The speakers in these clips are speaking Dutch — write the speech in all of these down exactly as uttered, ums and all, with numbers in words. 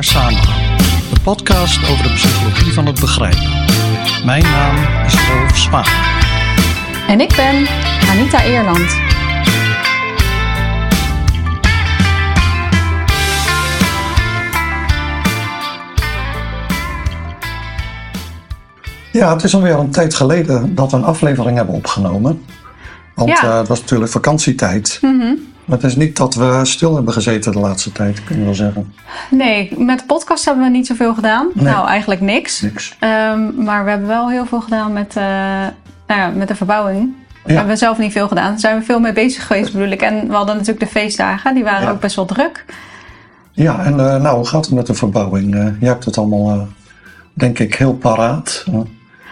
naar Samenhang, de podcast over de psychologie van het begrijpen. Mijn naam is Rolf Spaan. En ik ben Anita Eerland. Ja, het is alweer een tijd geleden dat we een aflevering hebben opgenomen. Want ja. uh, het was natuurlijk vakantietijd. Mm-hmm. Maar het is niet dat we stil hebben gezeten de laatste tijd, kun je wel zeggen. Nee, met de podcast hebben we niet zoveel gedaan. Nee. Nou, eigenlijk niks. niks. Um, maar we hebben wel heel veel gedaan met, uh, nou ja, met de verbouwing. We Ja. hebben zelf niet veel gedaan. Daar zijn we veel mee bezig geweest, bedoel ik. En we hadden natuurlijk de feestdagen. Die waren ja. ook best wel druk. Ja, en uh, nou, hoe gaat het met de verbouwing? Uh, je hebt het allemaal, uh, denk ik, heel paraat. Uh.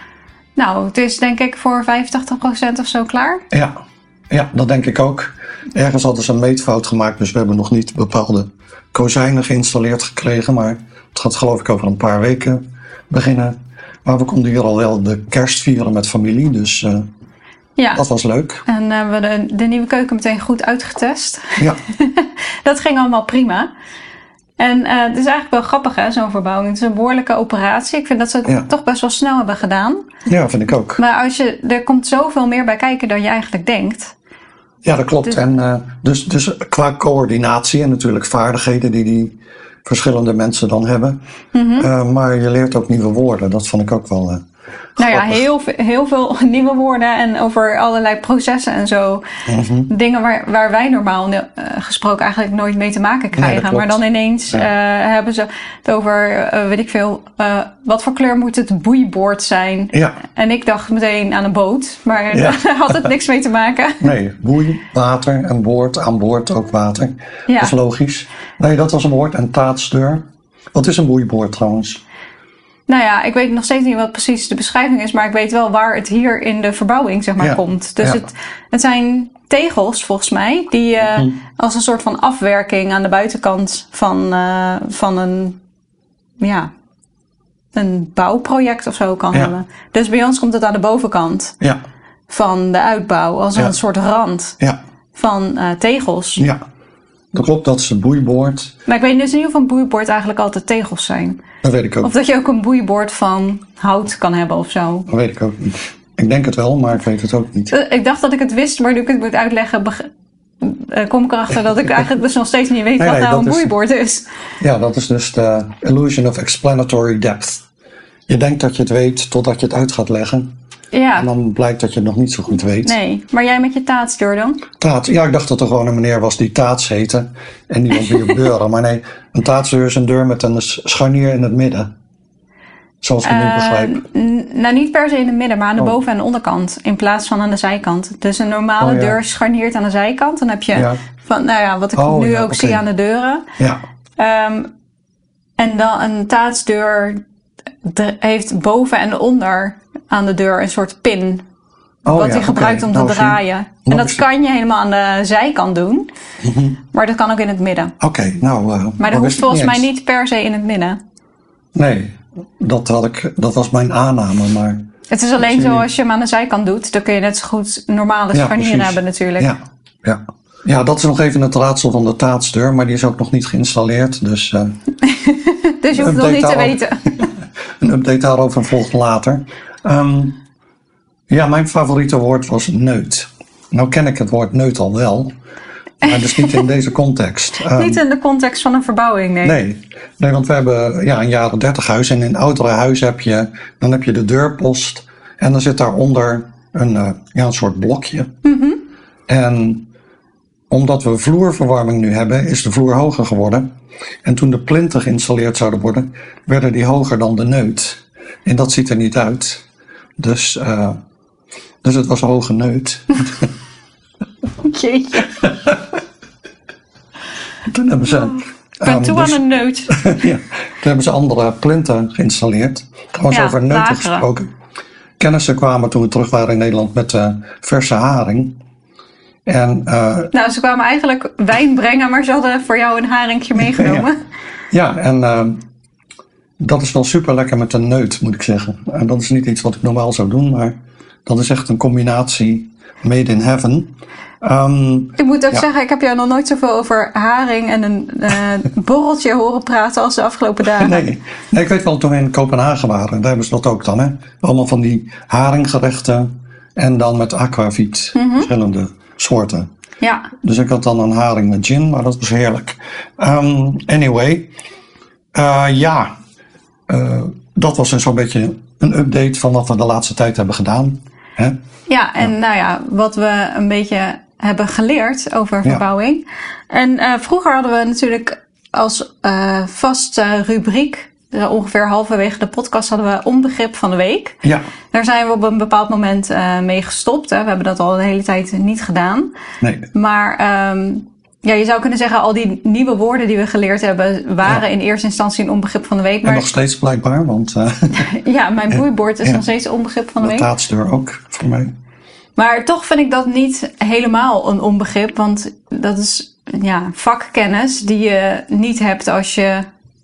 Nou, het is denk ik voor vijfentachtig procent of zo klaar. Ja. ja, dat denk ik ook. Ergens hadden ze een meetfout gemaakt, dus we hebben nog niet bepaalde kozijnen geïnstalleerd gekregen. Maar het gaat geloof ik over een paar weken beginnen. Maar we konden hier al wel de kerst vieren met familie, dus uh, ja. dat was leuk. En uh, we hebben de, de nieuwe keuken meteen goed uitgetest. Ja. Dat ging allemaal prima. En uh, het is eigenlijk wel grappig, hè, zo'n verbouwing. Het is een behoorlijke operatie. Ik vind dat ze het ja. toch best wel snel hebben gedaan. Ja, vind ik ook. Maar als je, er komt zoveel meer bij kijken dan je eigenlijk denkt. Ja, dat klopt. Dus, en, uh, dus, dus qua coördinatie en natuurlijk vaardigheden die die verschillende mensen dan hebben. Mm-hmm. Uh, maar je leert ook nieuwe woorden. Dat vond ik ook wel uh, Nou ja, heel, heel veel nieuwe woorden en over allerlei processen en zo. Mm-hmm. Dingen waar, waar wij normaal uh, gesproken eigenlijk nooit mee te maken krijgen. Nee, maar dan ineens ja. uh, hebben ze het over, uh, weet ik veel, uh, wat voor kleur moet het boeiboord zijn? Ja. En ik dacht meteen aan een boot, maar ja. daar had het niks mee te maken. Nee, boei, water en boord, aan boord ook water. Ja. Dat is logisch. Nee, dat was een woord. En taatsdeur. Wat is een boeiboord trouwens? Nou ja, ik weet nog steeds niet wat precies de beschrijving is, maar ik weet wel waar het hier in de verbouwing zeg maar ja. komt. Dus ja. het, het zijn tegels volgens mij die uh, mm-hmm. als een soort van afwerking aan de buitenkant van, uh, van een, ja, een bouwproject of zo kan ja. hebben. Dus bij ons komt het aan de bovenkant ja. van de uitbouw als ja. een soort rand ja. van uh, tegels. Ja, dat klopt, dat is een boeiboord. Maar ik weet dus niet of een boeiboord eigenlijk altijd tegels zijn. Dat weet ik ook. Of dat je ook een boeiboord van hout kan hebben of zo. Dat weet ik ook niet. Ik denk het wel, maar ik weet het ook niet. Ik dacht dat ik het wist, maar nu ik het moet uitleggen, beg- uh, kom ik erachter dat ik eigenlijk dus nog steeds niet weet nee, wat nee, nou een is, boeiboord is. Ja, dat is dus de illusion of explanatory depth. Je denkt dat je het weet totdat je het uit gaat leggen. Ja. En dan blijkt dat je het nog niet zo goed weet. Nee, maar jij met je taatsdeur dan? Taats, ja, ik dacht dat er gewoon een meneer was die Taats heette. En die op op deuren. Maar nee, een taatsdeur is een deur met een scharnier in het midden. Zoals ik het uh, nu begrijp. N- nou, niet per se in het midden, maar aan de oh. boven- en de onderkant. In plaats van aan de zijkant. Dus een normale oh, ja. deur scharniert aan de zijkant. Dan heb je, ja. van, nou ja, wat ik oh, nu ja, ook okay. zie aan de deuren. Ja. Um, en dan een taatsdeur de, heeft boven en onder aan de deur een soort pin. Oh, wat ja, hij gebruikt okay. om te nou, draaien. En dat kan je helemaal aan de zijkant doen. Mm-hmm. Maar dat kan ook in het midden. Oké, okay, nou... Uh, maar dat hoeft volgens mij niet per se in het midden. Nee, dat, had ik, dat was mijn aanname, maar... Het is alleen zo, als je hem aan de zijkant doet, dan kun je net zo goed normale ja, scharnieren hebben natuurlijk. Ja, ja. ja, dat is nog even het raadsel van de taatsdeur, maar die is ook nog niet geïnstalleerd. Dus, uh, dus je hoeft nog niet te weten. Een update daarover volgt later. Um, ja, mijn favoriete woord was neut. Nou ken ik het woord neut al wel, maar dus niet in deze context. Um, niet in de context van een verbouwing, nee. Nee, nee want we hebben ja, een jaren dertig huis en in oudere huizen heb je, dan heb je de deurpost en dan zit daaronder een, uh, ja, een soort blokje. Mm-hmm. En omdat we vloerverwarming nu hebben, is de vloer hoger geworden. En toen de plinten geïnstalleerd zouden worden, werden die hoger dan de neut. En dat ziet er niet uit. Dus, uh, dus het was een hoge neut. Jeetje. Toen hebben ze... Ik ben um, toe dus, aan een neut. Ja, toen hebben ze andere plinten geïnstalleerd. Trouwens ja, over neuten lagere. gesproken. Kennissen kwamen toen we terug waren in Nederland met uh, verse haring. En, uh, nou, ze kwamen eigenlijk wijn brengen, maar ze hadden voor jou een haringje meegenomen. Ja, ja en uh, dat is wel super lekker met een neut, moet ik zeggen. En dat is niet iets wat ik normaal zou doen, maar dat is echt een combinatie Made in Heaven. Um, ik moet ook ja. zeggen, ik heb jou nog nooit zoveel over haring en een uh, borreltje horen praten als de afgelopen dagen. Nee, nee, ik weet wel, toen we in Kopenhagen waren, daar hebben ze dat ook dan. Hè? Allemaal van die haringgerechten en dan met aquavit, mm-hmm. verschillende soorten. Ja. Dus ik had dan een haring met gin, maar dat was heerlijk. Um, anyway, uh, ja, uh, dat was dus zo'n beetje een update van wat we de laatste tijd hebben gedaan. Hè? Ja, en ja. nou ja, wat we een beetje hebben geleerd over verbouwing. Ja. En uh, vroeger hadden we natuurlijk als uh, vaste rubriek, uh, ongeveer halverwege de podcast, hadden we onbegrip van de week. Ja. Daar zijn we op een bepaald moment uh, mee gestopt. Hè. We hebben dat al de hele tijd niet gedaan. Nee. Maar um, ja, je zou kunnen zeggen, al die nieuwe woorden die we geleerd hebben, waren ja. in eerste instantie een onbegrip van de week. Maar en nog steeds blijkbaar, want... Uh, ja, mijn boeibord is ja. nog steeds een onbegrip van de week. De taatsdeur ook, voor mij. Maar toch vind ik dat niet helemaal een onbegrip, want dat is ja, vakkennis die je niet hebt als je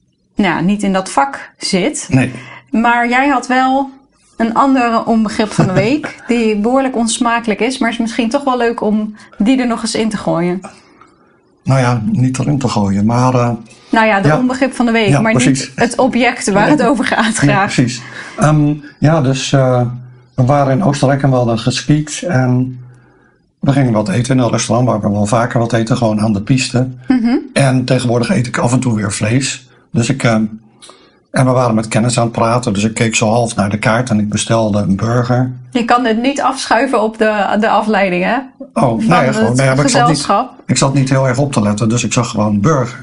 ja, niet in dat vak zit. Nee. Maar jij had wel een andere onbegrip van de week, die behoorlijk onsmakelijk is, maar is misschien toch wel leuk om die er nog eens in te gooien. Nou ja, niet erin te gooien, maar... Uh, nou ja, de ja. onbegrip van de week, ja, maar precies. niet het object waar het over gaat graag. Ja, precies. Um, ja, dus uh, we waren in Oostenrijk en we hadden geskiet en we gingen wat eten in een restaurant waar we wel vaker wat eten, gewoon aan de piste. Mm-hmm. En tegenwoordig eet ik af en toe weer vlees. Dus ik... Uh, En we waren met kennis aan het praten, dus ik keek zo half naar de kaart en ik bestelde een burger. Je kan het niet afschuiven op de, de afleiding, hè? Oh, nee, ja, gewoon, nee, maar ik zat, niet, gezelschap. ik zat niet heel erg op te letten, dus ik zag gewoon burger.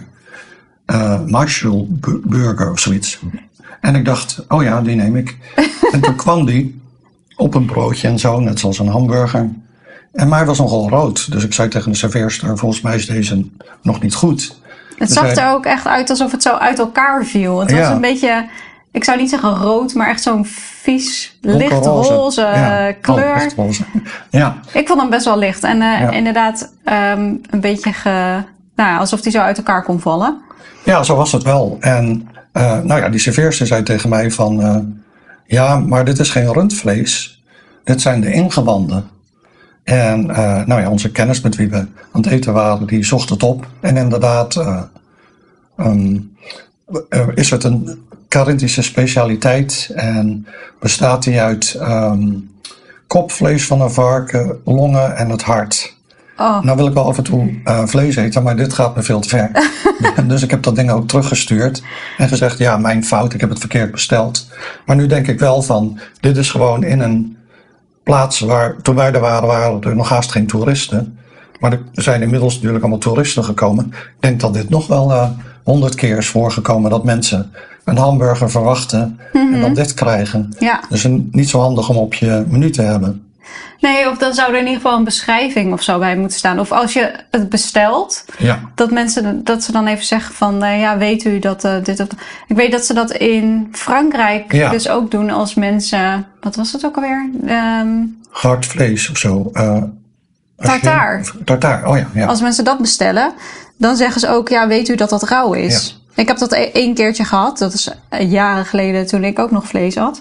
Uh, Marshall bu- burger of zoiets. En ik dacht, oh ja, die neem ik. En toen kwam die op een broodje en zo, net zoals een hamburger. En maar hij was nogal rood, dus ik zei tegen de serveerster, volgens mij is deze nog niet goed. Het dus zag hij, er ook echt uit alsof het zo uit elkaar viel. Het ja. was een beetje, ik zou niet zeggen rood, maar echt zo'n vies, lichtroze ja. kleur. Oh, lichtroze. Ja. Ik vond hem best wel licht. En uh, ja. inderdaad um, een beetje ge, nou ja, alsof die zo uit elkaar kon vallen. Ja, zo was het wel. En uh, nou ja, die serveerster zei tegen mij van... Uh, ja, maar dit is geen rundvlees. Dit zijn de ingewanden. En uh, nou ja, onze kennis met wie we aan het eten waren, die zocht het op. En inderdaad uh, um, uh, is het een Carinthische specialiteit. En bestaat die uit um, kopvlees van een varken, longen en het hart. Oh. Nou wil ik wel af en toe uh, vlees eten, maar dit gaat me veel te ver. Dus ik heb dat ding ook teruggestuurd en gezegd, ja, mijn fout, ik heb het verkeerd besteld. Maar nu denk ik wel van, dit is gewoon in een plaats waar, toen wij er waren, waren er nog haast geen toeristen. Maar er zijn inmiddels natuurlijk allemaal toeristen gekomen. Ik denk dat dit nog wel honderd uh, keer is voorgekomen dat mensen een hamburger verwachten mm-hmm. en dan dit krijgen. Ja. Dus een, niet zo handig om op je menu te hebben. Nee, of dan zou er in ieder geval een beschrijving of zo bij moeten staan. Of als je het bestelt, ja. dat mensen dat ze dan even zeggen van, uh, ja, weet u dat uh, dit of dat. Ik weet dat ze dat in Frankrijk ja. dus ook doen als mensen, wat was het ook alweer? Um, Gehakt vlees of zo. Uh, tartaar. Je, tartaar, oh ja, ja. Als mensen dat bestellen, dan zeggen ze ook, ja, weet u dat dat rauw is? Ja. Ik heb dat één keertje gehad. Dat is jaren geleden toen ik ook nog vlees had.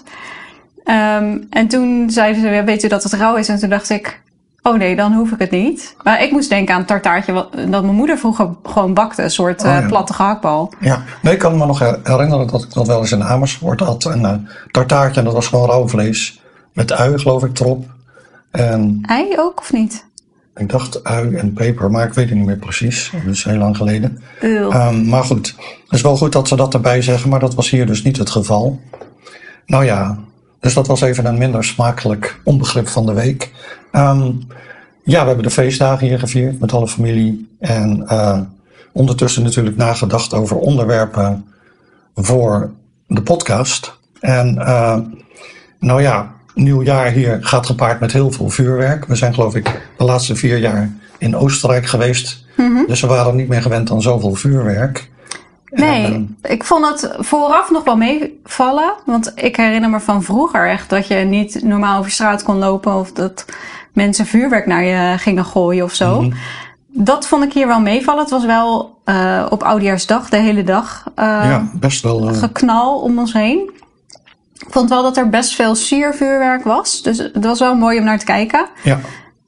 Um, en toen zeiden ze, weet u dat het rauw is? En toen dacht ik, oh nee, dan hoef ik het niet. Maar ik moest denken aan het tartaartje wat, dat mijn moeder vroeger gewoon bakte. Een soort uh, oh, ja. platte gehaktbal. Ja, nee, ik kan me nog herinneren dat ik dat wel eens in Amersfoort had. Een uh, tartaartje, en dat was gewoon rauw vlees. Met ui, geloof ik, erop. En ei ook, of niet? Ik dacht ui en peper, maar ik weet het niet meer precies. Dat is heel lang geleden. Um, maar goed, het is wel goed dat ze dat erbij zeggen. Maar dat was hier dus niet het geval. Nou ja... Dus dat was even een minder smakelijk onbegrip van de week. Um, ja, we hebben de feestdagen hier gevierd met alle familie. En uh, ondertussen natuurlijk nagedacht over onderwerpen voor de podcast. En uh, nou ja, nieuwjaar hier gaat gepaard met heel veel vuurwerk. We zijn geloof ik de laatste vier jaar in Oostenrijk geweest. Mm-hmm. Dus we waren niet meer gewend aan zoveel vuurwerk. Nee, en, uh, ik vond het vooraf nog wel meevallen. Want ik herinner me van vroeger echt dat je niet normaal over straat kon lopen. Of dat mensen vuurwerk naar je gingen gooien of zo. Mm-hmm. Dat vond ik hier wel meevallen. Het was wel uh, op Oudejaarsdag de hele dag uh, ja, best wel, uh... geknal om ons heen. Ik vond wel dat er best veel siervuurwerk was. Dus het was wel mooi om naar te kijken. Ja.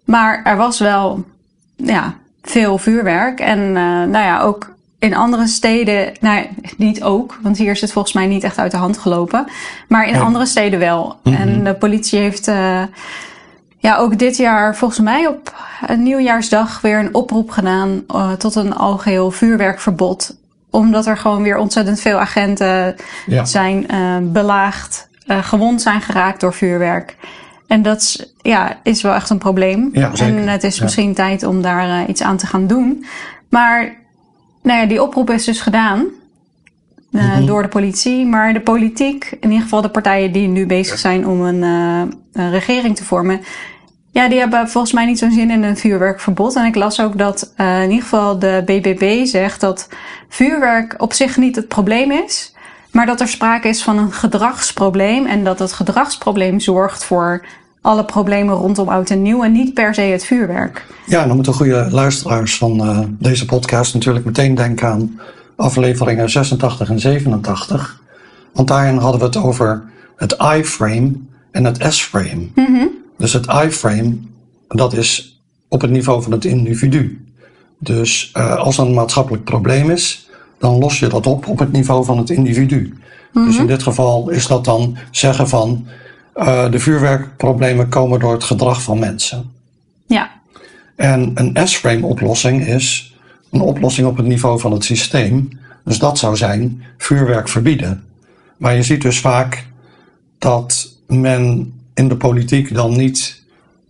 Maar er was wel ja, veel vuurwerk. En uh, nou ja, ook in andere steden, nou niet ook, want hier is het volgens mij niet echt uit de hand gelopen. Maar in ja. andere steden wel. Mm-hmm. En de politie heeft uh, ja, ook dit jaar volgens mij op een nieuwjaarsdag weer een oproep gedaan uh, tot een algeheel vuurwerkverbod. Omdat er gewoon weer ontzettend veel agenten ja. zijn uh, belaagd, uh, gewond zijn geraakt door vuurwerk. En dat is, ja, is wel echt een probleem. Ja, en het is ja. misschien tijd om daar uh, iets aan te gaan doen. Maar nou ja, die oproep is dus gedaan uh, mm-hmm. door de politie. Maar de politiek, in ieder geval de partijen die nu bezig zijn om een, uh, een regering te vormen, ja, die hebben volgens mij niet zo'n zin in een vuurwerkverbod. En ik las ook dat uh, in ieder geval de B B B zegt dat vuurwerk op zich niet het probleem is, maar dat er sprake is van een gedragsprobleem. En dat het gedragsprobleem zorgt voor alle problemen rondom oud en nieuw en niet per se het vuurwerk. Ja, dan moeten goede luisteraars van uh, deze podcast natuurlijk meteen denken aan afleveringen zesentachtig en zevenentachtig. Want daarin hadden we het over het I-frame en het S-frame. Mm-hmm. Dus het I-frame, dat is op het niveau van het individu. Dus uh, als er een maatschappelijk probleem is, dan los je dat op op het niveau van het individu. Mm-hmm. Dus in dit geval is dat dan zeggen van uh, de vuurwerkproblemen komen door het gedrag van mensen. Ja. En een S-frame oplossing is een oplossing op het niveau van het systeem. Dus dat zou zijn vuurwerk verbieden. Maar je ziet dus vaak dat men in de politiek dan niet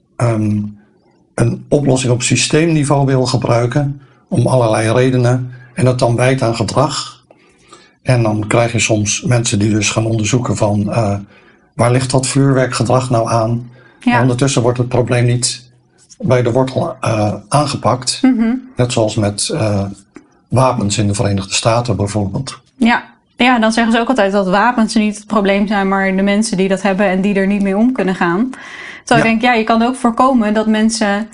um, een oplossing op systeemniveau wil gebruiken om allerlei redenen en dat dan wijt aan gedrag. En dan krijg je soms mensen die dus gaan onderzoeken van uh, waar ligt dat vuurwerkgedrag nou aan? Ja. Maar ondertussen wordt het probleem niet bij de wortel uh, aangepakt. Mm-hmm. Net zoals met uh, wapens in de Verenigde Staten bijvoorbeeld. Ja. Ja, dan zeggen ze ook altijd dat wapens niet het probleem zijn, maar de mensen die dat hebben en die er niet mee om kunnen gaan. Terwijl ja. ik denk, ja, je kan ook voorkomen dat mensen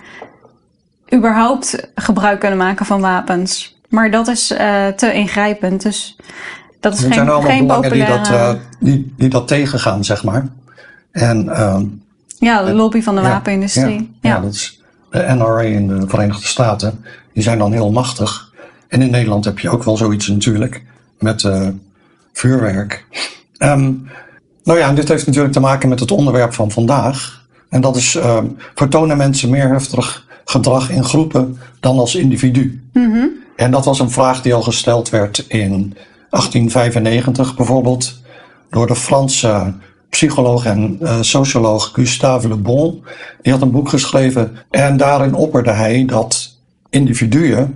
überhaupt gebruik kunnen maken van wapens. Maar dat is uh, te ingrijpend, dus dat is er geen, zijn allemaal geen belangen populaire... die dat, uh, die, die dat tegengaan, zeg maar. En, uh, ja, de lobby van de ja, wapenindustrie. Ja, ja. ja, dat is de N R A in de Verenigde Staten. Die zijn dan heel machtig. En in Nederland heb je ook wel zoiets natuurlijk met uh, vuurwerk. Um, nou ja, en dit heeft natuurlijk te maken met het onderwerp van vandaag. En dat is, uh, vertonen mensen meer heftig gedrag in groepen dan als individu? Mm-hmm. En dat was een vraag die al gesteld werd in achttien vijfennegentig bijvoorbeeld door de Franse psycholoog en uh, socioloog Gustave Le Bon. Die had een boek geschreven en daarin opperde hij dat individuen,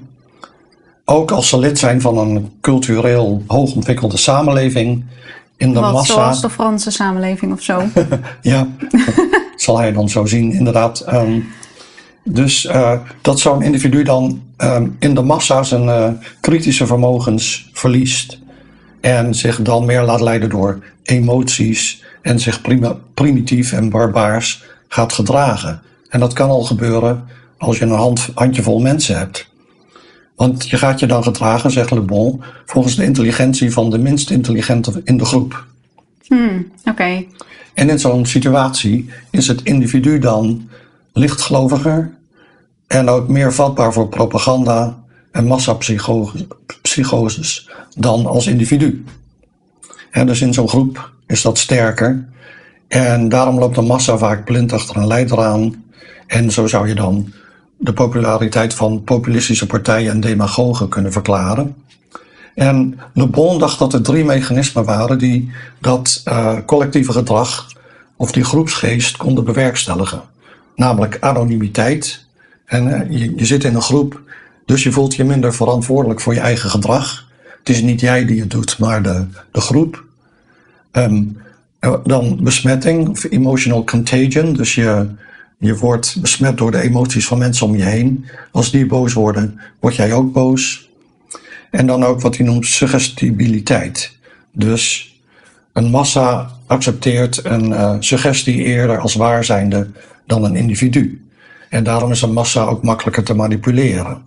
ook als ze lid zijn van een cultureel hoogontwikkelde samenleving, in de Wat, massa... zoals de Franse samenleving of zo? Ja, zal hij dan zo zien, inderdaad. Um, dus uh, dat zo'n individu dan um, in de massa zijn uh, kritische vermogens verliest en zich dan meer laat leiden door emoties en zich prima, primitief en barbaars gaat gedragen. En dat kan al gebeuren als je een hand, handjevol mensen hebt. Want je gaat je dan gedragen, zegt Le Bon, volgens de intelligentie van de minst intelligente in de groep. Hmm, Oké. Okay. En in zo'n situatie is het individu dan lichtgeloviger en ook meer vatbaar voor propaganda en massapsychoses dan als individu. En dus in zo'n groep is dat sterker. En daarom loopt de massa vaak blind achter een leider aan. En zo zou je dan de populariteit van populistische partijen en demagogen kunnen verklaren. En Le Bon dacht dat er drie mechanismen waren die dat uh, collectieve gedrag of die groepsgeest konden bewerkstelligen. Namelijk anonimiteit. En uh, je, je zit in een groep, dus je voelt je minder verantwoordelijk voor je eigen gedrag. Het is niet jij die het doet, maar de, de groep. Um, dan besmetting of emotional contagion. Dus je, je wordt besmet door de emoties van mensen om je heen. Als die boos worden, word jij ook boos. En dan ook wat hij noemt suggestibiliteit. Dus een massa accepteert een uh, suggestie eerder als waar zijnde dan een individu. En daarom is een massa ook makkelijker te manipuleren.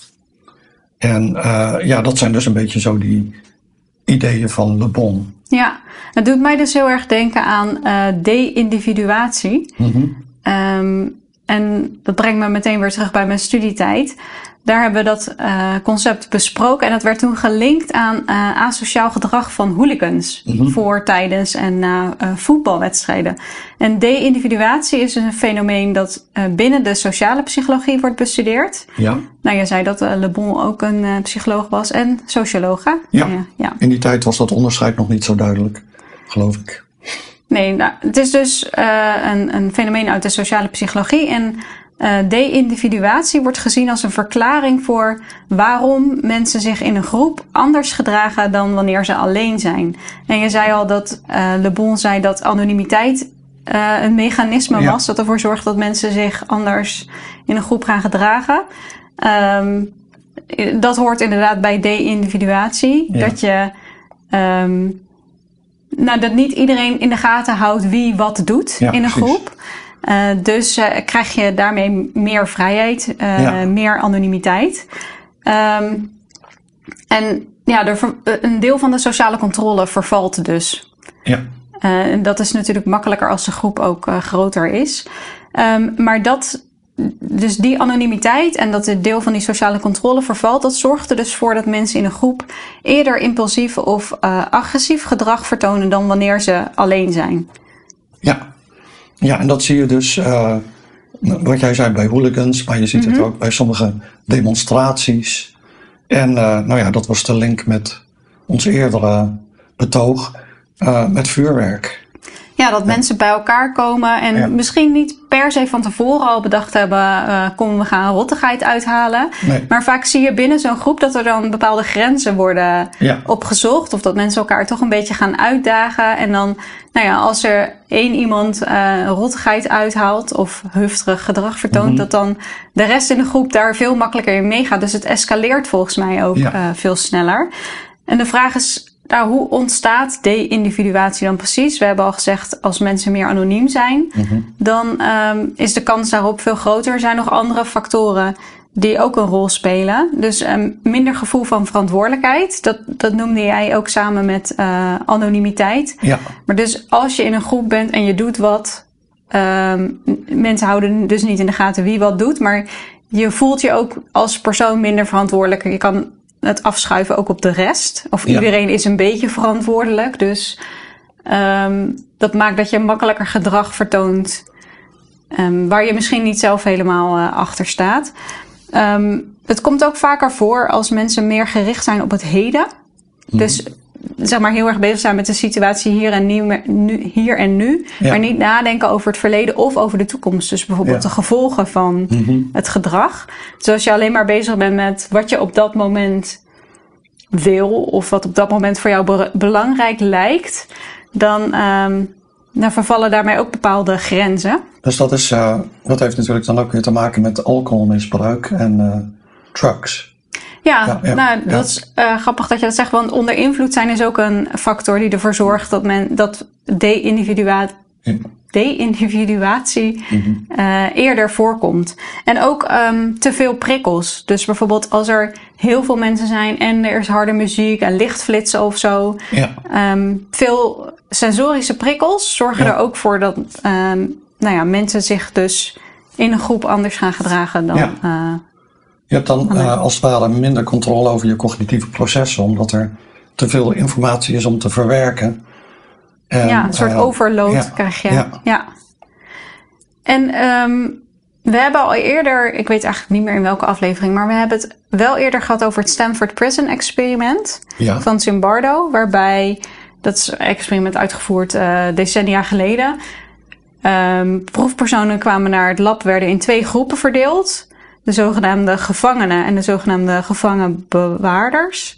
En uh, ja, dat zijn dus een beetje zo die ideeën van Le Bon. Ja, het doet mij dus heel erg denken aan uh, de-individuatie. Mm-hmm. Um, en dat brengt me meteen weer terug bij mijn studietijd. Daar hebben we dat uh, concept besproken. En dat werd toen gelinkt aan uh, asociaal gedrag van hooligans. Mm-hmm. Voor, tijdens en na uh, voetbalwedstrijden. En de-individuatie is een fenomeen dat uh, binnen de sociale psychologie wordt bestudeerd. Ja. Nou, je zei dat uh, Le Bon ook een uh, psycholoog was en socioloog. Ja. ja, ja, in die tijd was dat onderscheid nog niet zo duidelijk, geloof ik. Nee, nou, het is dus uh, een, een fenomeen uit de sociale psychologie. En Uh, de-individuatie wordt gezien als een verklaring voor waarom mensen zich in een groep anders gedragen dan wanneer ze alleen zijn. En je zei al dat uh, Le Bon zei dat anonimiteit uh, een mechanisme ja. was dat ervoor zorgt dat mensen zich anders in een groep gaan gedragen. Um, dat hoort inderdaad bij de-individuatie. Ja. Dat je um, nou, dat niet iedereen in de gaten houdt wie wat doet ja, in een precies. groep. Uh, dus uh, krijg je daarmee meer vrijheid, uh, ja. meer anonimiteit. Um, en ja, er, een deel van de sociale controle vervalt dus. Ja. Uh, en dat is natuurlijk makkelijker als de groep ook uh, groter is. Um, maar dat, dus die anonimiteit en dat het deel van die sociale controle vervalt, dat zorgt er dus voor dat mensen in een groep eerder impulsief of uh, agressief gedrag vertonen dan wanneer ze alleen zijn. Ja. Ja, en dat zie je dus, uh, wat jij zei bij hooligans, maar je ziet mm-hmm. het ook bij sommige demonstraties. En uh, nou ja, dat was de link met ons eerdere betoog uh, met vuurwerk. Ja, dat ja. mensen bij elkaar komen en ja. misschien niet per se van tevoren al bedacht hebben, uh, kom we gaan rottigheid uithalen. Nee. Maar vaak zie je binnen zo'n groep dat er dan bepaalde grenzen worden ja. opgezocht. Of dat mensen elkaar toch een beetje gaan uitdagen. En dan, nou ja, als er één iemand uh, rottigheid uithaalt of hufterig gedrag vertoont, mm-hmm. dat dan de rest in de groep daar veel makkelijker in meegaat. Dus het escaleert volgens mij ook ja. uh, veel sneller. En de vraag is, nou, hoe ontstaat de-individuatie dan precies? We hebben al gezegd, als mensen meer anoniem zijn, mm-hmm. dan um, is de kans daarop veel groter. Er zijn nog andere factoren die ook een rol spelen. Dus um, minder gevoel van verantwoordelijkheid. Dat, dat noemde jij ook samen met uh, anonimiteit. Ja. Maar dus als je in een groep bent en je doet wat, um, mensen houden dus niet in de gaten wie wat doet, maar je voelt je ook als persoon minder verantwoordelijk. Je kan het afschuiven ook op de rest. Of ja. iedereen is een beetje verantwoordelijk. Dus um, dat maakt dat je makkelijker gedrag vertoont um, waar je misschien niet zelf helemaal uh, achter staat. Um, het komt ook vaker voor als mensen meer gericht zijn op het heden. Mm. Dus zeg maar heel erg bezig zijn met de situatie hier en nu, nu, hier en nu. Ja. Maar niet nadenken over het verleden of over de toekomst. Dus bijvoorbeeld ja. de gevolgen van mm-hmm. het gedrag. Dus als je alleen maar bezig bent met wat je op dat moment wil, of wat op dat moment voor jou be- belangrijk lijkt, dan, um, dan vervallen daarmee ook bepaalde grenzen. Dus dat, is, uh, dat heeft natuurlijk dan ook weer te maken met alcoholmisbruik en uh, drugs. Ja, ja, ja, nou, dat ja. is uh, grappig dat je dat zegt, want onder invloed zijn is ook een factor die ervoor zorgt dat men dat de-individua- ja. de-individuatie mm-hmm. uh, eerder voorkomt. En ook um, te veel prikkels. Dus bijvoorbeeld als er heel veel mensen zijn en er is harde muziek en lichtflitsen of zo. Ja. Um, veel sensorische prikkels zorgen ja. er ook voor dat um, nou ja, mensen zich dus in een groep anders gaan gedragen dan... Ja. Uh, Je hebt dan uh, als het ware minder controle over je cognitieve processen, omdat er te veel informatie is om te verwerken. En, ja, een soort uh, overload ja, krijg je. Ja. ja. En um, we hebben al eerder, ik weet eigenlijk niet meer in welke aflevering, maar we hebben het wel eerder gehad over het Stanford Prison Experiment ja. van Zimbardo, waarbij, dat is een experiment uitgevoerd uh, decennia geleden. Um, proefpersonen kwamen naar het lab, werden in twee groepen verdeeld. De zogenaamde gevangenen en de zogenaamde gevangenbewaarders.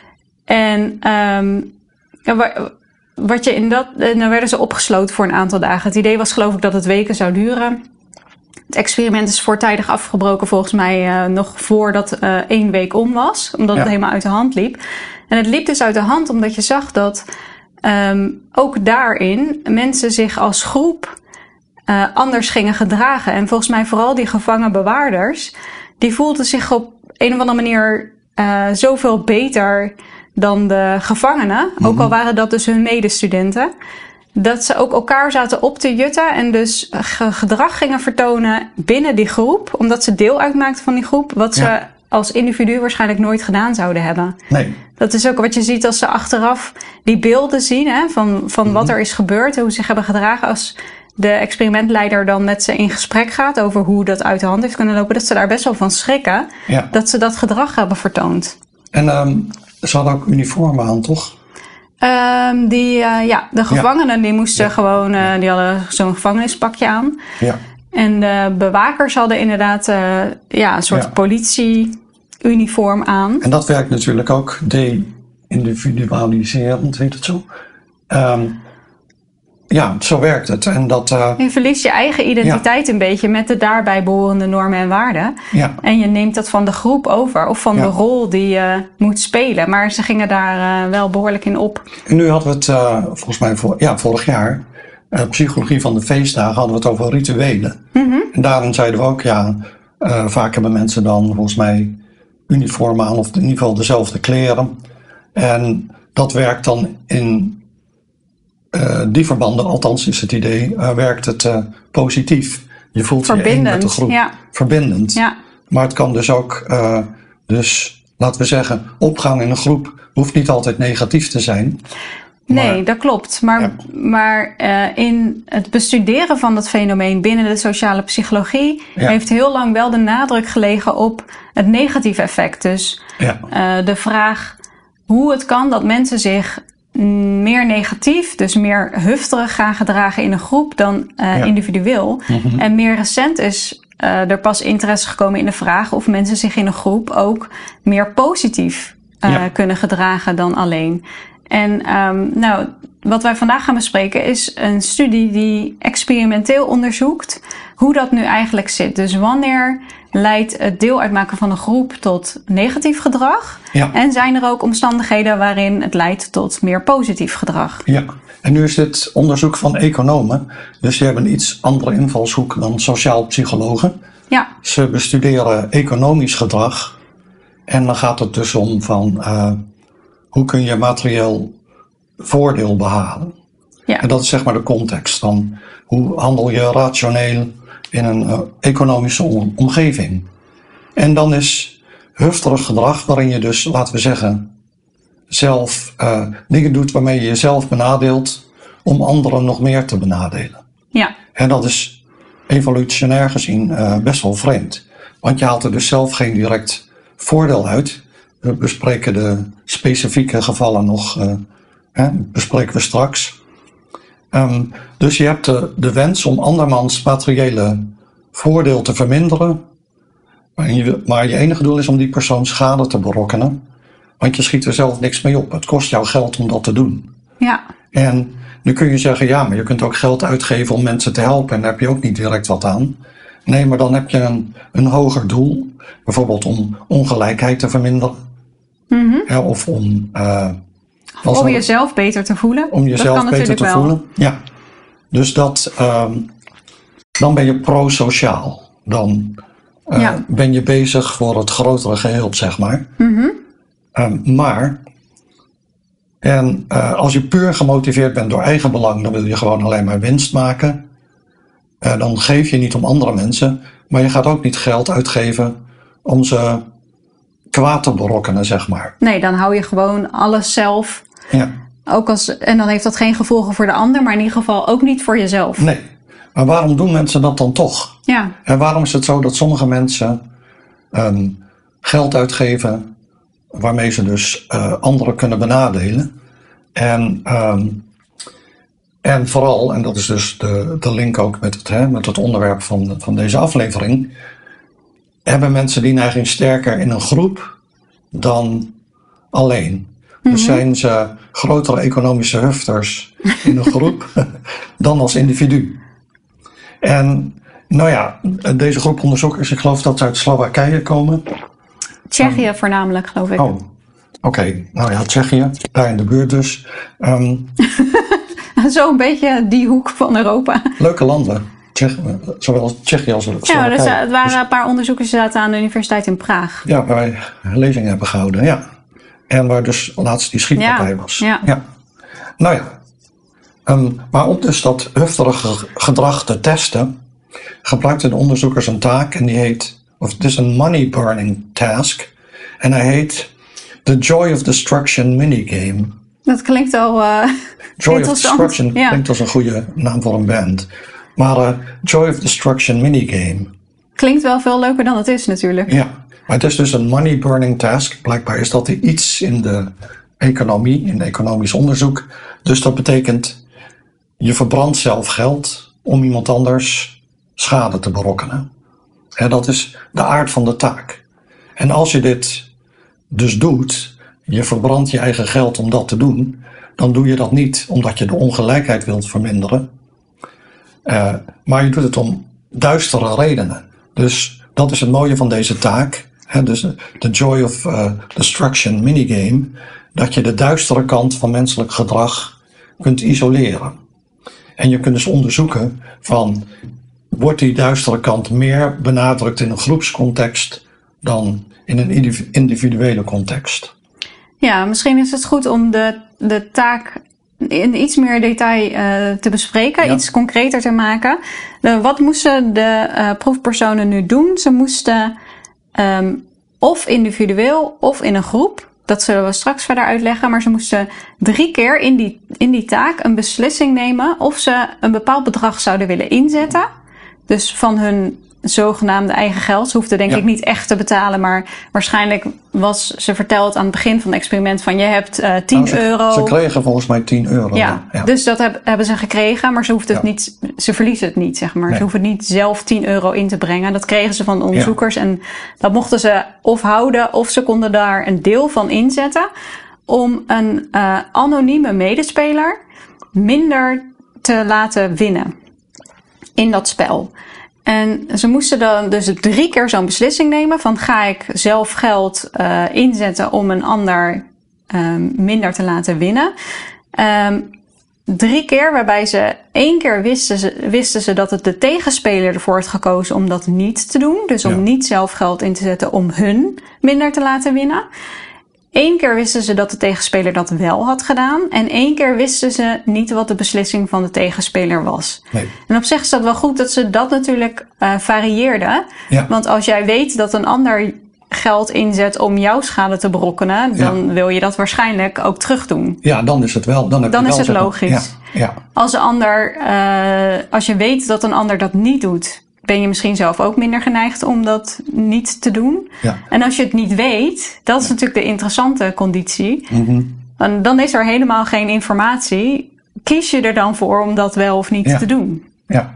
En um, wat je in dat, dan werden ze opgesloten voor een aantal dagen. Het idee was geloof ik dat het weken zou duren. Het experiment is voortijdig afgebroken volgens mij uh, nog voordat uh, één week om was. Omdat ja. het helemaal uit de hand liep. En het liep dus uit de hand omdat je zag dat um, ook daarin mensen zich als groep Uh, anders gingen gedragen. En volgens mij vooral die gevangenbewaarders, die voelden zich op een of andere manier uh, zoveel beter dan de gevangenen. Mm-hmm. Ook al waren dat dus hun medestudenten. dat ze ook elkaar zaten op te jutten en dus gedrag gingen vertonen binnen die groep, omdat ze deel uitmaakten van die groep, wat ze ja. als individu waarschijnlijk nooit gedaan zouden hebben. Nee. Dat is ook wat je ziet als ze achteraf die beelden zien, hè, van, van mm-hmm. wat er is gebeurd, hoe ze zich hebben gedragen, als de experimentleider dan met ze in gesprek gaat over hoe dat uit de hand heeft kunnen lopen, dat ze daar best wel van schrikken, ja. dat ze dat gedrag hebben vertoond. En um, ze hadden ook uniformen aan, toch? Um, die, uh, ja, de gevangenen ja. die moesten ja. gewoon, uh, die hadden zo'n gevangenispakje aan. Ja. En de bewakers hadden inderdaad uh, ja, een soort ja. politie-uniform aan. En dat werkt natuurlijk ook de-individualiserend, heet het zo. Um, ja, zo werkt het. En dat, uh, je verliest je eigen identiteit ja. een beetje met de daarbij behorende normen en waarden. Ja. En je neemt dat van de groep over of van ja. de rol die je moet spelen. Maar ze gingen daar uh, wel behoorlijk in op. En nu hadden we het uh, volgens mij voor, ja, vorig jaar, uh, psychologie van de feestdagen, hadden we het over rituelen. Mm-hmm. En daarin zeiden we ook, ja, uh, vaak hebben mensen dan volgens mij uniformen aan of in ieder geval dezelfde kleren. En dat werkt dan in Uh, die verbanden, althans is het idee, uh, werkt het uh, positief. Je voelt je één met de groep. Ja. Verbindend. Ja. Maar het kan dus ook, uh, dus laten we zeggen, opgaan in een groep hoeft niet altijd negatief te zijn. Nee, maar, dat klopt. Maar, ja. maar uh, in het bestuderen van dat fenomeen binnen de sociale psychologie ja. heeft heel lang wel de nadruk gelegen op het negatieve effect. Dus ja. uh, de vraag hoe het kan dat mensen zich meer negatief, dus meer hufterig gaan gedragen in een groep dan uh, ja. individueel. Mm-hmm. En meer recent is uh, er pas interesse gekomen in de vraag of mensen zich in een groep ook meer positief uh, ja. kunnen gedragen dan alleen. En um, nou, wat wij vandaag gaan bespreken is een studie die experimenteel onderzoekt hoe dat nu eigenlijk zit. Dus wanneer leidt het deel uitmaken van een groep tot negatief gedrag? Ja. En zijn er ook omstandigheden waarin het leidt tot meer positief gedrag? Ja, en nu is dit onderzoek van economen. Dus die hebben een iets andere invalshoek dan sociaal psychologen. Ja. Ze bestuderen economisch gedrag. En dan gaat het dus om van uh, hoe kun je materieel voordeel behalen. Ja. En dat is zeg maar de context van hoe handel je rationeel in een uh, economische om- omgeving. En dan is hufterig gedrag waarin je dus, laten we zeggen, zelf uh, dingen doet waarmee je jezelf benadeelt om anderen nog meer te benadelen. Ja. En dat is evolutionair gezien uh, best wel vreemd. Want je haalt er dus zelf geen direct voordeel uit. We bespreken de specifieke gevallen nog, uh, hè, bespreken we straks. Um, dus je hebt de, de wens om andermans materiële voordeel te verminderen. Maar je, maar je enige doel is om die persoon schade te berokkenen. Want je schiet er zelf niks mee op. Het kost jou geld om dat te doen. Ja. En nu kun je zeggen, ja, maar je kunt ook geld uitgeven om mensen te helpen. En daar heb je ook niet direct wat aan. Nee, maar dan heb je een, een hoger doel. Bijvoorbeeld om ongelijkheid te verminderen. Mm-hmm. Ja, of om... Uh, Om een, jezelf beter te voelen. Om jezelf dat beter te wel. voelen. Ja. Dus dat, um, dan ben je pro-sociaal. Dan uh, ja. ben je bezig voor het grotere geheel, zeg maar. Mm-hmm. Um, maar, en uh, als je puur gemotiveerd bent door eigen belang, dan wil je gewoon alleen maar winst maken. Uh, dan geef je niet om andere mensen, maar je gaat ook niet geld uitgeven om ze kwaad te berokkenen, zeg maar. Nee, dan hou je gewoon alles zelf. Ja. Ook als, en dan heeft dat geen gevolgen voor de ander, maar in ieder geval ook niet voor jezelf. Nee, maar waarom doen mensen dat dan toch? Ja. En waarom is het zo dat sommige mensen um, geld uitgeven waarmee ze dus uh, anderen kunnen benadelen? En, um, en vooral, en dat is dus de, de link ook met het, hè, met het onderwerp van, van deze aflevering, hebben mensen die neiging sterker in een groep dan alleen. Mm-hmm. Dus zijn ze grotere economische hufters in een groep dan als individu. En nou ja, deze groep onderzoekers, ik geloof dat ze uit Slowakije komen. Tsjechië um, voornamelijk, geloof ik. Oh, oké. Okay. Nou ja, Tsjechië, daar in de buurt dus. Um, Zo een beetje die hoek van Europa. Leuke landen. Tsjech, zowel Tsjechië als Slowakije. Ja, dus, het waren dus een paar onderzoekers die zaten aan de universiteit in Praag. Ja, waar wij lezingen hebben gehouden, ja. En waar dus laatst die schietpartij ja, was. Ja. Ja. Nou ja. Um, maar om dus dat hufterige gedrag te testen, gebruikten de onderzoekers een taak en die heet, of het is een money burning task, en hij heet The Joy of Destruction minigame. Dat klinkt al uh, Joy of Destruction ja. klinkt als een goede naam voor een band. Maar uh, Joy of Destruction minigame. Klinkt wel veel leuker dan het is natuurlijk. Ja, maar het is dus een money burning task. Blijkbaar is dat iets in de economie, in economisch onderzoek. Dus dat betekent, je verbrandt zelf geld om iemand anders schade te berokkenen. En dat is de aard van de taak. En als je dit dus doet, je verbrandt je eigen geld om dat te doen, dan doe je dat niet omdat je de ongelijkheid wilt verminderen. Uh, maar je doet het om duistere redenen. Dus dat is het mooie van deze taak. Hè, dus de Joy of uh, Destruction minigame. Dat je de duistere kant van menselijk gedrag kunt isoleren. En je kunt dus onderzoeken van, wordt die duistere kant meer benadrukt in een groepscontext dan in een individuele context? Ja, misschien is het goed om de, de taak in iets meer detail uh, te bespreken, ja. iets concreter te maken. De, wat moesten de uh, proefpersonen nu doen? Ze moesten um, of individueel of in een groep, dat zullen we straks verder uitleggen, maar ze moesten drie keer in die, in die taak een beslissing nemen of ze een bepaald bedrag zouden willen inzetten. Dus van hun zogenaamde eigen geld. Ze hoefden denk ja. ik niet echt te betalen, maar waarschijnlijk was ze verteld aan het begin van het experiment van je hebt uh, tien nou, ze, euro. Ze kregen volgens mij tien euro. Ja, ja. Dus dat heb, hebben ze gekregen, maar ze hoefden ja. het niet, ze verliezen het niet, zeg maar. Nee. Ze hoeven niet zelf tien euro in te brengen. Dat kregen ze van de onderzoekers ja. en dat mochten ze of houden of ze konden daar een deel van inzetten om een uh, anonieme medespeler minder te laten winnen in dat spel. En ze moesten dan dus drie keer zo'n beslissing nemen van ga ik zelf geld uh, inzetten om een ander um, minder te laten winnen. Um, drie keer waarbij ze één keer wisten ze, wisten ze dat het de tegenspeler ervoor had gekozen om dat niet te doen. Dus om ja. niet zelf geld in te zetten om hun minder te laten winnen. Eén keer wisten ze dat de tegenspeler dat wel had gedaan. En één keer wisten ze niet wat de beslissing van de tegenspeler was. Nee. En op zich is dat wel goed dat ze dat natuurlijk uh, varieerden. Ja. Want als jij weet dat een ander geld inzet om jouw schade te berokkenen, dan ja. wil je dat waarschijnlijk ook terug doen. Ja, dan is het wel. Dan, heb dan je is wel het logisch. Ja. Ja. Als een ander, uh, als je weet dat een ander dat niet doet, ben je misschien zelf ook minder geneigd om dat niet te doen. Ja. En als je het niet weet, dat is natuurlijk de interessante conditie. Mm-hmm. En dan is er helemaal geen informatie. Kies je er dan voor om dat wel of niet ja. te doen? Ja.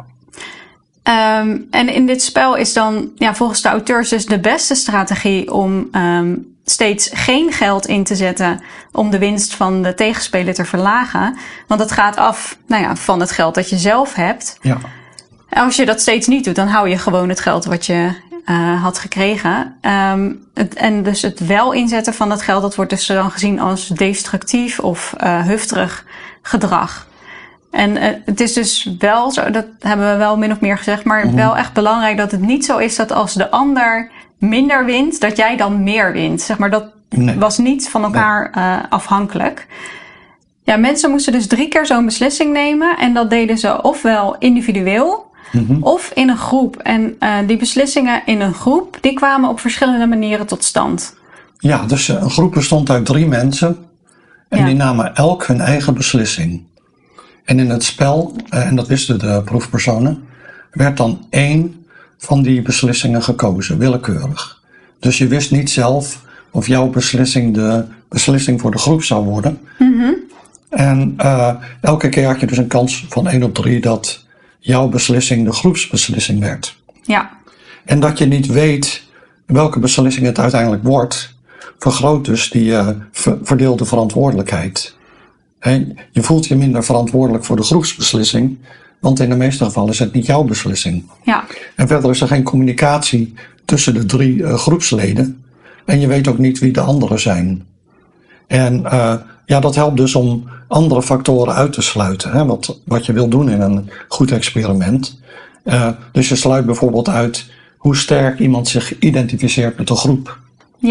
Um, en in dit spel is dan ja, volgens de auteurs dus de beste strategie om um, steeds geen geld in te zetten om de winst van de tegenspeler te verlagen. Want dat gaat af nou ja, van het geld dat je zelf hebt. Ja. Als je dat steeds niet doet, dan hou je gewoon het geld wat je uh, had gekregen. Um, het, en dus het wel inzetten van dat geld, dat wordt dus dan gezien als destructief of uh, hufterig gedrag. En uh, het is dus wel zo, dat hebben we wel min of meer gezegd, maar mm-hmm. wel echt belangrijk dat het niet zo is dat als de ander minder wint, dat jij dan meer wint. Zeg maar, dat nee. was niet van elkaar nee. uh, afhankelijk. Ja, mensen moesten dus drie keer zo'n beslissing nemen en dat deden ze ofwel individueel, Mm-hmm. of in een groep. En uh, die beslissingen in een groep, die kwamen op verschillende manieren tot stand. Ja, dus een groep bestond uit drie mensen. En ja. die namen elk hun eigen beslissing. En in het spel, uh, en dat wisten de proefpersonen, werd dan één van die beslissingen gekozen, willekeurig. Dus je wist niet zelf of jouw beslissing de beslissing voor de groep zou worden. Mm-hmm. En uh, elke keer had je dus een kans van één op drie dat jouw beslissing de groepsbeslissing werd. Ja. En dat je niet weet welke beslissing het uiteindelijk wordt, vergroot dus die uh, ver- verdeelde verantwoordelijkheid. He, je voelt je minder verantwoordelijk voor de groepsbeslissing, want in de meeste gevallen is het niet jouw beslissing. Ja. En verder is er geen communicatie tussen de drie uh, groepsleden. En je weet ook niet wie de anderen zijn. En uh, ja, dat helpt dus om andere factoren uit te sluiten. Hè, wat, wat je wil doen in een goed experiment. Uh, dus je sluit bijvoorbeeld uit hoe sterk iemand zich identificeert met een groep. Ja,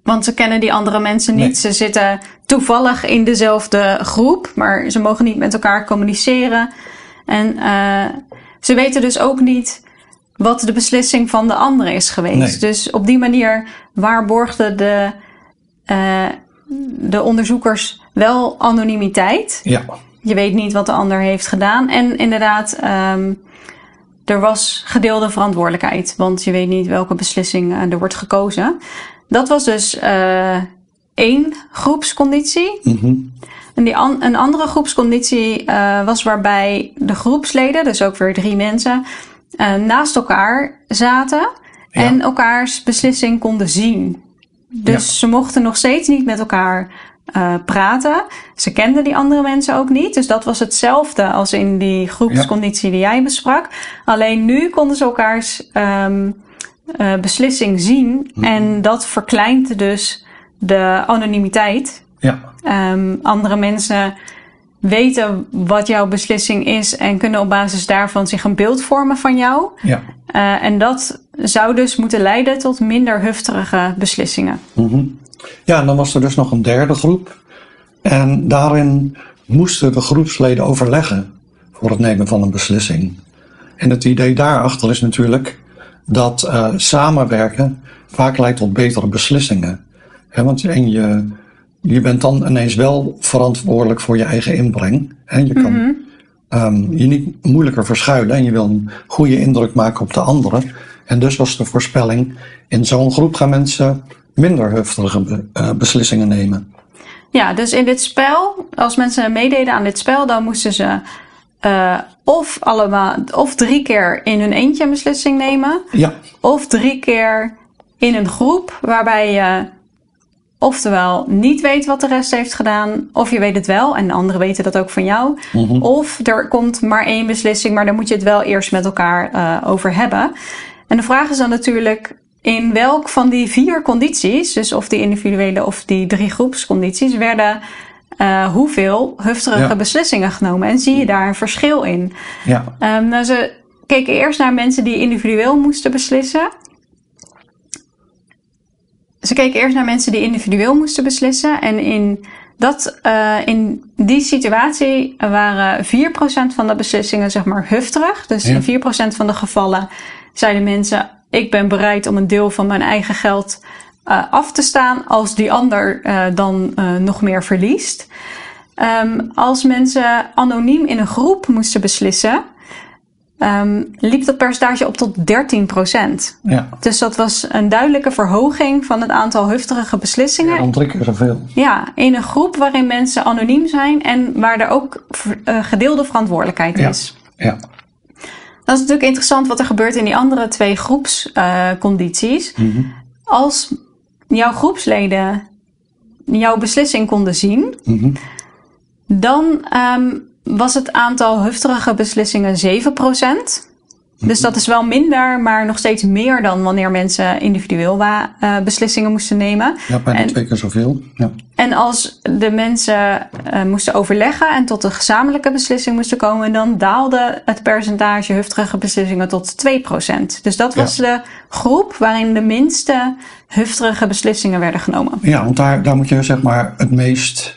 Want ze kennen die andere mensen niet. Nee. Ze zitten toevallig in dezelfde groep, maar ze mogen niet met elkaar communiceren. En uh, ze weten dus ook niet wat de beslissing van de andere is geweest. Nee. Dus op die manier waarborgden de, uh, de onderzoekers wel anonimiteit. Ja. Je weet niet wat de ander heeft gedaan. En inderdaad, um, er was gedeelde verantwoordelijkheid. Want je weet niet welke beslissing uh, er wordt gekozen. Dat was dus uh, één groepsconditie. Mm-hmm. En die an- een andere groepsconditie uh, was waarbij de groepsleden, dus ook weer drie mensen, uh, naast elkaar zaten ja. en elkaars beslissing konden zien. Dus ja. ze mochten nog steeds niet met elkaar uh, praten. Ze kenden die andere mensen ook niet. Dus dat was hetzelfde als in die groepsconditie ja. die jij besprak. Alleen nu konden ze elkaars um, uh, beslissing zien. Mm-hmm. En dat verkleint dus de anonimiteit. Ja. Um, andere mensen weten wat jouw beslissing is en kunnen op basis daarvan zich een beeld vormen van jou. Ja. Uh, en dat zou dus moeten leiden tot minder hufterige beslissingen. Mm-hmm. Ja, en dan was er dus nog een derde groep. En daarin moesten de groepsleden overleggen voor het nemen van een beslissing. En het idee daarachter is natuurlijk dat uh, samenwerken vaak leidt tot betere beslissingen. He, want en je, je bent dan ineens wel verantwoordelijk voor je eigen inbreng. En je kan mm-hmm. um, je niet moeilijker verschuilen en je wil een goede indruk maken op de anderen. En dus was de voorspelling, in zo'n groep gaan mensen minder heftige be, uh, beslissingen nemen. Ja, dus in dit spel, als mensen meededen aan dit spel, dan moesten ze uh, of allemaal, of drie keer in hun eentje een beslissing nemen. Ja. Of drie keer in een groep, waarbij je oftewel niet weet wat de rest heeft gedaan, of je weet het wel en de anderen weten dat ook van jou. Mm-hmm. Of er komt maar één beslissing, maar dan moet je het wel eerst met elkaar uh, over hebben. En de vraag is dan natuurlijk, in welk van die vier condities, dus of die individuele of die drie groepscondities, werden uh, hoeveel hufterige ja. beslissingen genomen? En zie je daar een verschil in? Ja. Um, nou, ze keken eerst naar mensen die individueel moesten beslissen. Ze keken eerst naar mensen die individueel moesten beslissen. En in, dat, uh, in die situatie waren vier procent van de beslissingen zeg maar hufterig. Dus ja. in vier procent van de gevallen zeiden mensen, ik ben bereid om een deel van mijn eigen geld uh, af te staan als die ander uh, dan uh, nog meer verliest. Um, als mensen anoniem in een groep moesten beslissen, um, liep dat percentage op tot dertien procent. Ja. Dus dat was een duidelijke verhoging van het aantal hufterige beslissingen. Ja, dan drie keer zoveel. Ja, in een groep waarin mensen anoniem zijn en waar er ook uh, gedeelde verantwoordelijkheid is. Ja. Ja. Dat is natuurlijk interessant wat er gebeurt in die andere twee groepscondities. Uh, mm-hmm. Als jouw groepsleden jouw beslissing konden zien, mm-hmm. dan um, was het aantal hufterige beslissingen zeven procent. Mm-hmm. Dus dat is wel minder, maar nog steeds meer dan wanneer mensen individueel wa- uh, beslissingen moesten nemen. Ja, bijna en, twee keer zoveel. Ja. En als de mensen uh, moesten overleggen en tot een gezamenlijke beslissing moesten komen, dan daalde het percentage hufterige beslissingen tot twee procent. Dus dat was ja. de groep waarin de minste hufterige beslissingen werden genomen. Ja, want daar, daar moet je zeg maar het meest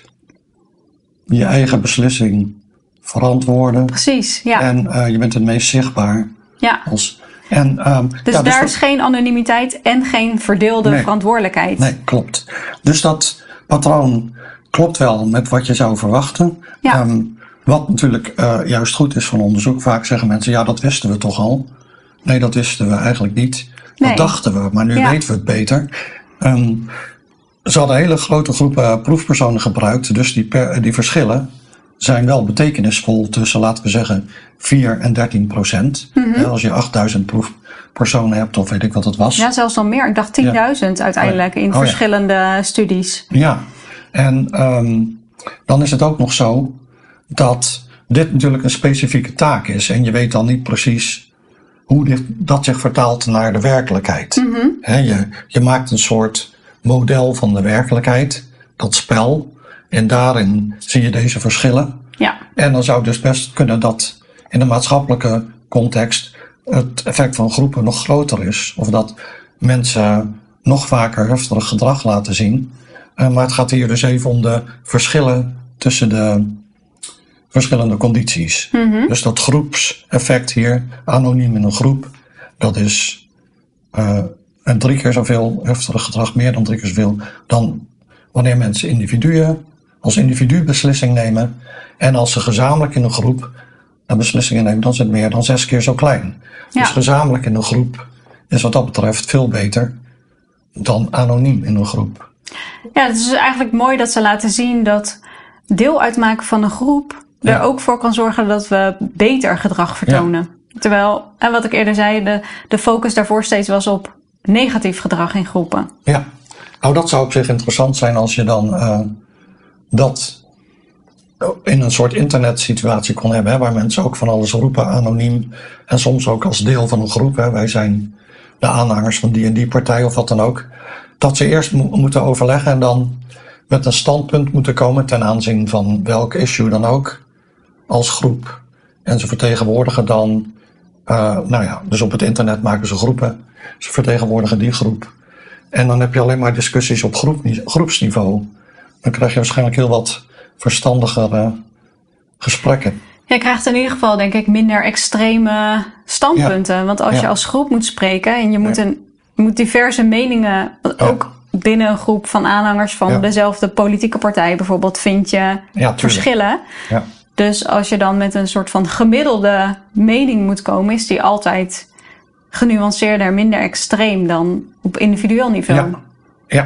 je eigen beslissing verantwoorden. Precies, ja. En uh, je bent het meest zichtbaar. Ja. Als, en, um, dus ja, daar dus is geen anonimiteit en geen verdeelde nee, verantwoordelijkheid. Nee, klopt. Dus dat patroon klopt wel met wat je zou verwachten. Ja. Um, wat natuurlijk uh, juist goed is van onderzoek. Vaak zeggen mensen, ja, dat wisten we toch al. Nee, dat wisten we eigenlijk niet. Dat nee. dachten we, maar nu ja. weten we het beter. Um, ze hadden hele grote groepen proefpersonen gebruikt. Dus die, per, die verschillen zijn wel betekenisvol tussen, laten we zeggen, vier en dertien procent. Mm-hmm. Als je achttduizend proefpersonen hebt, of weet ik wat het was. Ja, zelfs dan meer. Ik dacht tienduizend ja. uiteindelijk in oh, verschillende ja. studies. Ja, en um, dan is het ook nog zo dat dit natuurlijk een specifieke taak is. En je weet dan niet precies hoe dit, dat zich vertaalt naar de werkelijkheid. Mm-hmm. He, je, je maakt een soort model van de werkelijkheid, dat spel. En daarin zie je deze verschillen. Ja. En dan zou het dus best kunnen dat in de maatschappelijke context het effect van groepen nog groter is. Of dat mensen nog vaker heftig gedrag laten zien. Uh, maar het gaat hier dus even om de verschillen tussen de verschillende condities. Mm-hmm. Dus dat groepseffect hier, anoniem in een groep, dat is uh, en drie keer zoveel heftig gedrag, meer dan drie keer zoveel, dan wanneer mensen individuen als individu beslissing nemen. En als ze gezamenlijk in een groep beslissingen nemen, dan is het meer dan zes keer zo klein. Ja. Dus gezamenlijk in een groep is wat dat betreft veel beter dan anoniem in een groep. Ja, het is eigenlijk mooi dat ze laten zien dat deel uitmaken van een groep er ja. ook voor kan zorgen dat we beter gedrag vertonen. Ja. Terwijl, en wat ik eerder zei, de, de focus daarvoor steeds was op negatief gedrag in groepen. Ja, nou dat zou op zich interessant zijn als je dan uh, dat in een soort internetsituatie kon hebben, hè, waar mensen ook van alles roepen, anoniem, en soms ook als deel van een groep. Hè, wij zijn de aanhangers van die en die partij of wat dan ook. Dat ze eerst mo- moeten overleggen en dan met een standpunt moeten komen ten aanzien van welk issue dan ook als groep. En ze vertegenwoordigen dan, uh, nou ja, dus op het internet maken ze groepen. Ze vertegenwoordigen die groep. En dan heb je alleen maar discussies op groep, groepsniveau. Dan krijg je waarschijnlijk heel wat verstandigere gesprekken. Je krijgt in ieder geval, denk ik, minder extreme standpunten. Ja. Want als ja. je als groep moet spreken en je moet, ja. een, je moet diverse meningen, ja. ook binnen een groep van aanhangers van ja. dezelfde politieke partij bijvoorbeeld, vind je ja, verschillen. Ja. Dus als je dan met een soort van gemiddelde mening moet komen, is die altijd genuanceerder, minder extreem dan op individueel niveau. Ja, ja.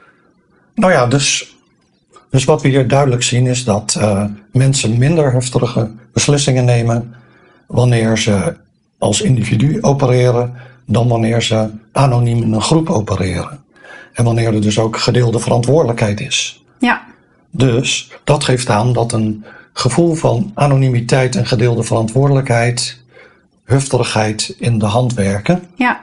Nou ja, dus... Dus wat we hier duidelijk zien is dat uh, mensen minder heftige beslissingen nemen wanneer ze als individu opereren dan wanneer ze anoniem in een groep opereren. En wanneer er dus ook gedeelde verantwoordelijkheid is. Ja. Dus dat geeft aan dat een gevoel van anonimiteit en gedeelde verantwoordelijkheid, heftigheid in de hand werken. Ja.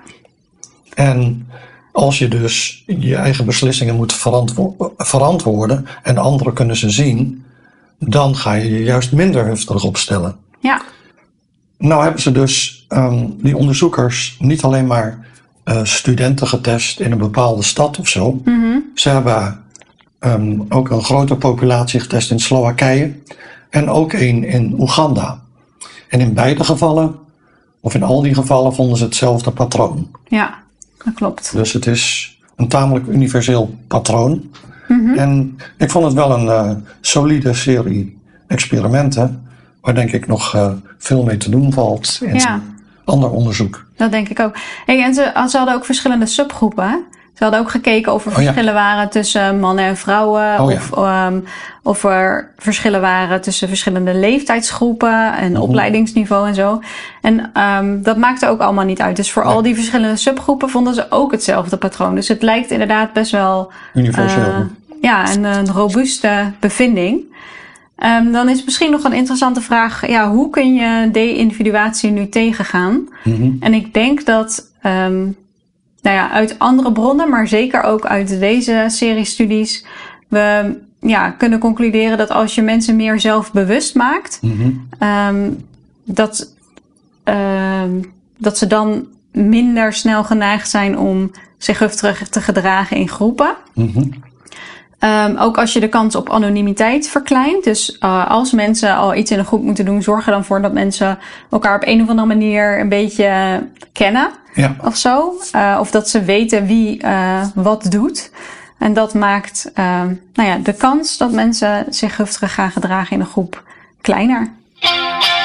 En als je dus je eigen beslissingen moet verantwo- verantwoorden en anderen kunnen ze zien, dan ga je je juist minder heftig opstellen. Ja. Nou hebben ze dus, um, die onderzoekers, niet alleen maar uh, studenten getest in een bepaalde stad of zo. Mm-hmm. Ze hebben um, ook een grote populatie getest in Slowakije en ook een in Oeganda. En in beide gevallen, of in al die gevallen, vonden ze hetzelfde patroon. Ja. Dat klopt. Dus het is een tamelijk universeel patroon. Mm-hmm. En ik vond het wel een uh, solide serie experimenten, waar denk ik nog uh, veel mee te doen valt in ja. ander onderzoek. Dat denk ik ook. Hey, en ze, ze hadden ook verschillende subgroepen. Ze hadden ook gekeken of er oh, verschillen ja. waren tussen mannen en vrouwen. Oh, of, ja. um, of er verschillen waren tussen verschillende leeftijdsgroepen en mm-hmm. opleidingsniveau en zo. En um, dat maakte ook allemaal niet uit. Dus voor nee. al die verschillende subgroepen vonden ze ook hetzelfde patroon. Dus het lijkt inderdaad best wel universeel. Uh, ja, een, een robuuste bevinding. Um, dan is misschien nog een interessante vraag. Ja, hoe kun je de-individuatie nu tegengaan? Mm-hmm. En ik denk dat Um, Nou ja, uit andere bronnen, maar zeker ook uit deze serie studies, we ja, kunnen concluderen dat als je mensen meer zelfbewust maakt, mm-hmm. um, dat, um, dat ze dan minder snel geneigd zijn om zich heftig te gedragen in groepen. Mm-hmm. Um, ook als je de kans op anonimiteit verkleint. Dus uh, als mensen al iets in een groep moeten doen, zorg er dan voor dat mensen elkaar op een of andere manier een beetje kennen. Ja. Of zo. Uh, of dat ze weten wie uh, wat doet. En dat maakt uh, nou ja, de kans dat mensen zich heftig gaan gedragen in een groep kleiner.